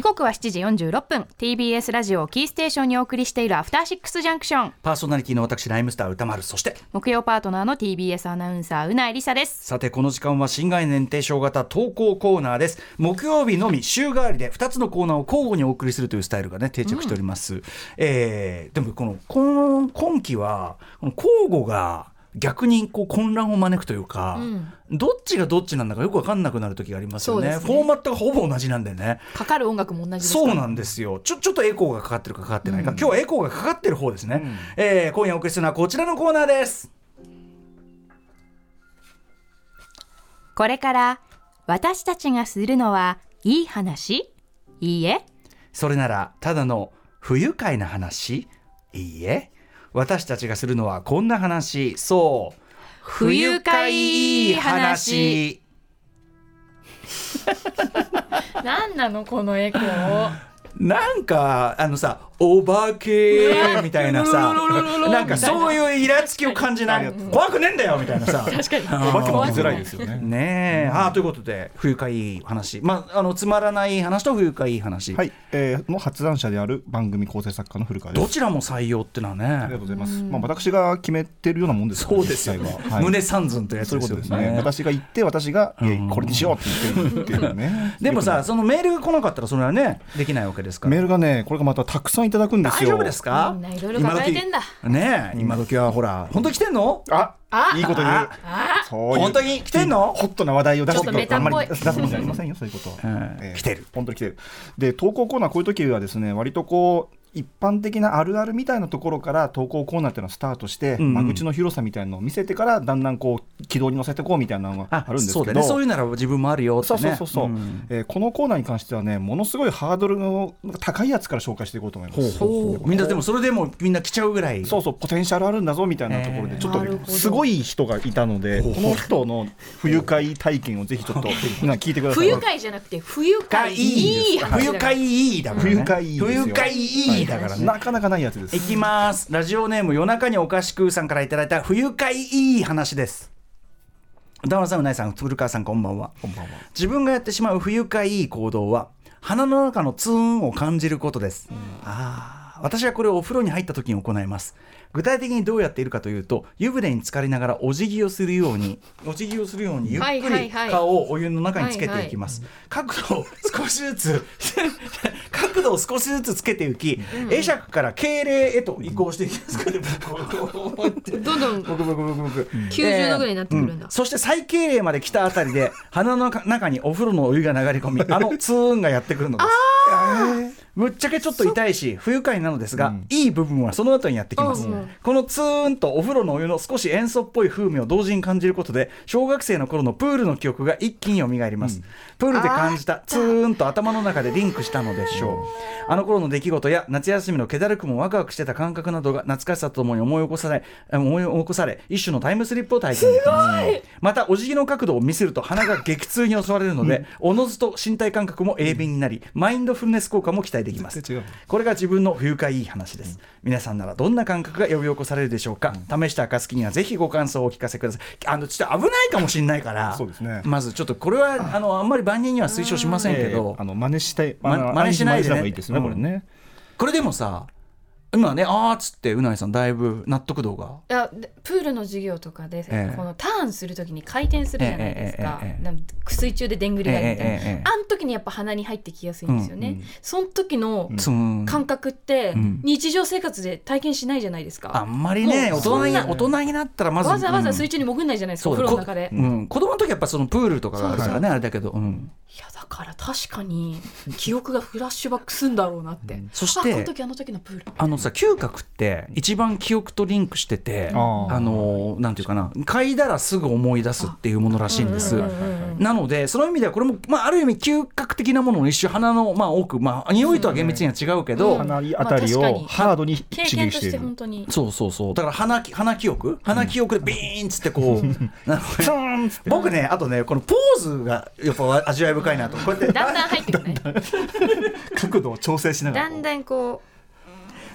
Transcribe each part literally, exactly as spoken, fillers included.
刻はしちじよんじゅうろっぷん ティービーエス ラジオをキーステーションにお送りしているアフターシックスジャンクション。 パーソナリティの私ライムスター歌丸、そして木曜パートナーの ティービーエス アナウンサーうないりさです。 さてこの時間は新概念提唱型投稿コーナーです。木曜日のみ週替わりでふたつのコーナーを交互にお送りするというスタイルがね定着しております、うんえー、でもこの今今期はこの交互が逆にこう混乱を招くというか、うん、どっちがどっちなんだかよく分かんなくなる時がありますよ ね, ねフォーマットがほぼ同じなんでね、 かかる音楽も同じですか、ね、 そうなんですよ。ちょ、ちょっとエコーがかかってるかかかってないか、うん、今日はエコーがかかってる方ですね、うんえー、今夜お送りするのはこちらのコーナーです。 これから私たちがするのはいい話？いいえ。 それならただの不愉快な話？いいえ。私たちがするのはこんな話。そう、 不愉快いい話。何なのこのエコー。 なんかあのさお化けみたいなさなんかそういうイラつきを感じない。怖くねえんだよみたいなさ確かにお化けも見づらいですよね。 ねえ、うん、あということで不愉快いい話、まあ、あのつまらない話と不愉快いい話、 はいえー、の発案者である番組構成作家の古川です。 どちらも採用ってのはねありがとうございます、まあ、私が決めてるようなもんですから、ね、 そうですよね、 はい、 胸三寸というやつですよね。 そういうことですね。私が言って私が、うん、これにしようって言ってるっていうねでもさそのメールが来なかったらそれはねできないわけですから。 メールがねこれがまたたくさんいただくんですよ。 大丈夫ですか？ みんないろいろ抱えてんだねえ、今時はほら本当に来てんの？ ああいいこと言う。 あそういう本当に来てんの？ ホットな話題を出すちょっとメタっぽいあんまり出すもんじゃありませんよそういうこと、 うんえー、来てる本当に来てる。で投稿コーナーこういう時はですね割とこう一般的なあるあるみたいなところから投稿コーナーっていうのはスタートして、うんうん、間口の広さみたいなのを見せてからだんだんこう軌道に乗せていこうみたいなのがあるんですけど、 そうだね、そういうなら自分もあるよってね。 そうそうそうそう、うんえー、このコーナーに関してはねものすごいハードルの高いやつから紹介していこうと思います。 ほうほうみんなでもそれでもみんな来ちゃうぐらいそうそうポテンシャルあるんだぞみたいなところでちょっとすごい人がいたのでこの人の不愉快体験をぜひちょっとみんな聞いてください。 不愉快じゃなくて不愉快いい不愉快いいだからね。 不愉快いいですよ。 不愉快いいだからね。 なかなかないやつです。 いきます。ラジオネーム夜中におかしくさんからいただいた不愉快いい話です。歌丸さん、うないさん、古川さん、こんばんは。 こんばんは。 自分がやってしまう不愉快いい行動は鼻の中のツーンを感じることです、うん、あ私はこれをお風呂に入った時に行います。具体的にどうやっているかというと湯船に浸かりながらお辞儀をするようにお辞儀をするようにゆっくり顔をお湯の中につけていきます、はいはいはい、角度を少しずつ角度を少しずつつけていき、うん、会釈から敬礼へと移行していきます。 どんどんきゅうじゅうどぐらいになってくるんだ、 うんうん、そして最敬礼まで来たあたりで鼻の中にお風呂のお湯が流れ込みあのツーンがやってくるのです。ぶっちゃけちょっと痛いし不愉快なのですが、うん、いい部分はその後にやってきます、うん、このツーンとお風呂のお湯の少し塩素っぽい風味を同時に感じることで小学生の頃のプールの記憶が一気に蘇ります、うん、プールで感じたツーンと頭の中でリンクしたのでしょう。あの頃の出来事や夏休みの気だるくもワクワクしてた感覚などが懐かしさとともに思い起こされ思い起こされ一種のタイムスリップを体験できます。またお辞儀の角度を見せると鼻が激痛に襲われるので、うん、おのずと身体感覚も鋭敏になりマインドフルネス効果も期待できます。これが自分の不愉快いい話です、うん、皆さんならどんな感覚が呼び起こされるでしょうか、うん、試した暁にはぜひご感想をお聞かせください。あのちょっと危ないかもしれないからそうです、ね、 まずちょっとこれはあのあんまり万人には推奨しませんけど、 えー、あの真似したい、 ま、真似しないでね、 いいですね、これね。 これでもさ今ねあーっつってうないさんだいぶ納得度が。 いやプールの授業とかで、ええ、このターンするときに回転するじゃないですか、ええええ、なん水中ででんぐり返りみたいな、えええ、あの時にやっぱ鼻に入ってきやすいんですよね、うんうん、その時の感覚って日常生活で体験しないじゃないですか、うん、 あんまりね大人に、大人になったらまずわざわざ水中に潜んないじゃないですか、うん、お風呂の中で、 うん、子供の時やっぱそのプールとかがあるからねあれだけど、うん、 いやだから確かに記憶がフラッシュバックするんだろうなって、うん、 そしてあ、あの時あの時のプールあのさ嗅覚って一番記憶とリンクしてて、ああのなんていうかな嗅いだらすぐ思い出すっていうものらしいんです。なのでその意味ではこれも、まあ、ある意味嗅覚的なものの一種鼻の、まあ、奥、まあ、匂いとは厳密には違うけど、 うん、鼻あたりをハードに刺激している、経験として本当にそうそうそうだから鼻、鼻記憶鼻記憶でビーンっつってこう、うん、僕ねあとねこのポーズがやっぱ味わい深いなとこうやってだんだん入ってくるね角度を調整しながらだんだんこう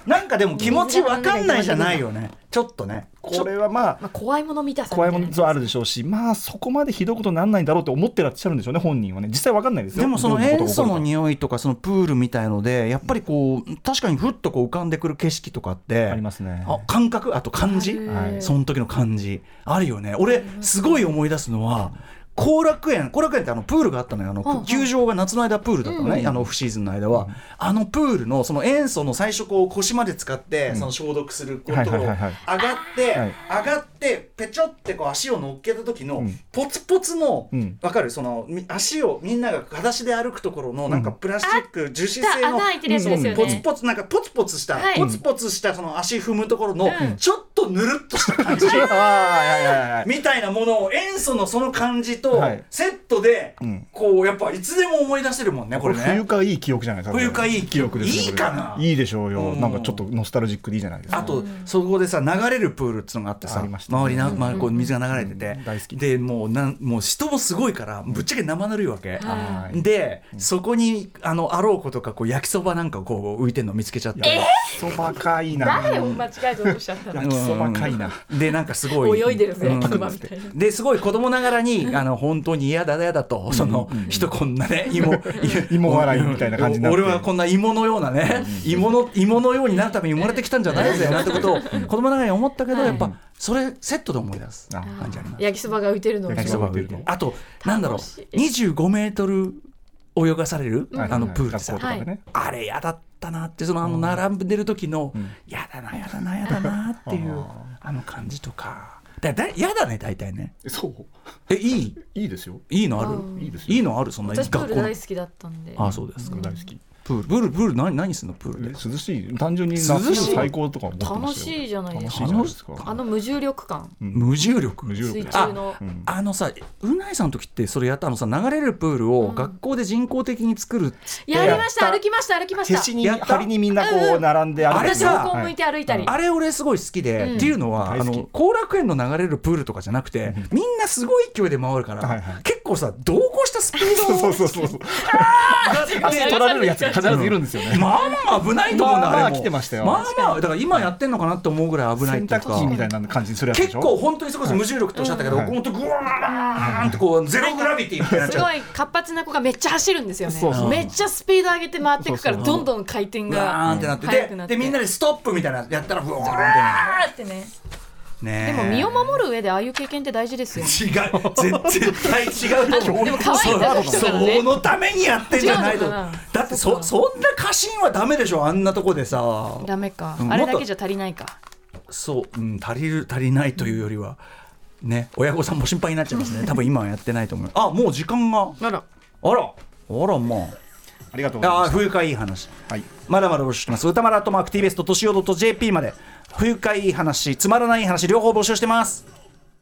なんかでも気持ちわかんないじゃないよね。ちょっとねこれはまあ、 まあ、怖いもの見たさみ怖たいな、 いものあるでしょうし、まあそこまでひどいことにならないんだろうと思ってらっしゃるんでしょうね、本人はね。実際わかんないですよ。 でもその塩素の匂いとかそのプールみたいのでやっぱりこう確かにふっとこう浮かんでくる景色とかってありますね。 あ感覚、あと感じ、その時の感じあるよね。俺すごい思い出すのは後楽園、後楽園ってあのプールがあったのよ。あの、うんうん、球場が夏の間プールだったのね、うん、あのオフシーズンの間は、うん、あのプールのその塩素の最初こう腰まで使って、うん、その消毒することを上がって、はい、上がってペチョってこう足を乗っけた時のポツポツの、うん、分かる、その足をみんなが裸足で歩くところのなんかプラスチック、うん、樹脂製のポツポツなんかポツポツした、はい、ポツポツしたその足踏むところの、うん、ちょっとぬるっとした感じみたいなものを塩素のその感じとセットで、はい、こうやっぱいつでも思い出せるもんね、これね。 冬かいい記憶じゃないですか。 冬かいい記憶です、ね、いいかな。 いいでしょうよ、うん、なんかちょっとノスタルジックでいいじゃないですか。 あとそこでさ流れるプールっていうのがあってさ、周りな、まあ、こう水が流れてて、うん、大好きでもうなんもう人もすごいからぶっちゃけ生ぬるいわけ、はい、で、うん、そこにあのあろうことかこう焼きそばなんかこう浮いてんの見つけちゃって、 えー、そばかいな。 誰を間違えて落としちゃったの。 焼きそばかいな。 でなんかすごい泳いでるぜ、うん、みたいな。 ですごい子供ながらにあの本当に嫌だ嫌だと、その、うんうん、人こんなね芋芋笑いみたいな感じになって、 俺はこんな芋のようなね、うん、芋の芋のようになるために生まれてきたんじゃないぜなんてことを子供ながらに思ったけど、やっぱそれセットで思い出す感じあります。 焼きそばが浮いてるの。 焼きそばが浮いてる。あとなんだろう、にじゅうごメートル泳がされる、うん、あのプールでさ、はい、あれやだったなって、そのあの並んでる時の、うん、やだなやだなやだなっていうあの感じとか。だだやだね大体ね。 そうえいいいいですよ。 いいのある。いいですよ。いいのある。そんな私プール大好きだったんで。 あ、そうですか。 大好き。 プールプールプール何何するのプールで。 涼しい。単純に夏最高とか思ってますよ。楽しいじゃないですか。 かあの無重力感。 無重力。 無重力。水中の。 あ、あのさ、うないさんの時ってそれやったのさ、流れるプールを学校で人工的に作る。 やりました。歩きました歩きました。 へしに針にみんなこう並んで歩いて。 あれさ、 横向いて歩いたり。 あれ俺すごい好きで、っていうのはあの後楽園の流れるプールとかじゃなくて、みんなすごい勢いで回るから、結構さ同行したスピードそうそうそうそう。取られるやつが必ずいるんですよね。 まあまあ危ないと思うんだ、 まあ、あれも来てましたよ。 まあまあだから今やってんのかなって思うぐらい危ないっていうか、 洗濯機みたいな感じにするやつでしょ。 結構本当にそこそ無重力っておっしゃったけど、ほんとグワーンってこうゼログラビティみたいな、 すごい活発な子がめっちゃ走るんですよね。そうそう、めっちゃスピード上げて回っていくから、どんどん回転が速くなって、でみんなでストップみたいなやったらブワーってね。 ね、でも身を守る上でああいう経験って大事ですよね。 違う、絶対違うと思う。 でも可愛いだろうからね。 そのためにやってんじゃないと。だって そ, そんな過信はダメでしょ、あんなとこでさ。 ダメか、うん、あれだけじゃ足りないか。 そう、うん、足りる足りないというよりはね、親御さんも心配になっちゃいますね。多分今はやってないと思う。あ、もう時間が。 あらあらあら、まあありがとうございます。 あ、冬会いい話、 はい、 まだまだ募集してます。歌丸アットマーク ティービーエス ととしお .jp まで冬会いい話、つまらない話両方募集してます。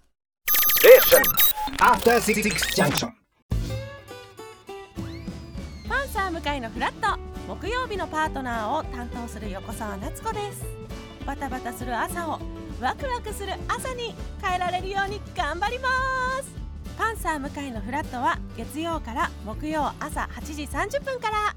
パンサー向井のフラット、木曜日のパートナーを担当する横澤夏子です。バタバタする朝をワクワクする朝に変えられるように頑張ります。パンサー向井のフラットは月曜から木曜朝はちじさんじゅっぷんから。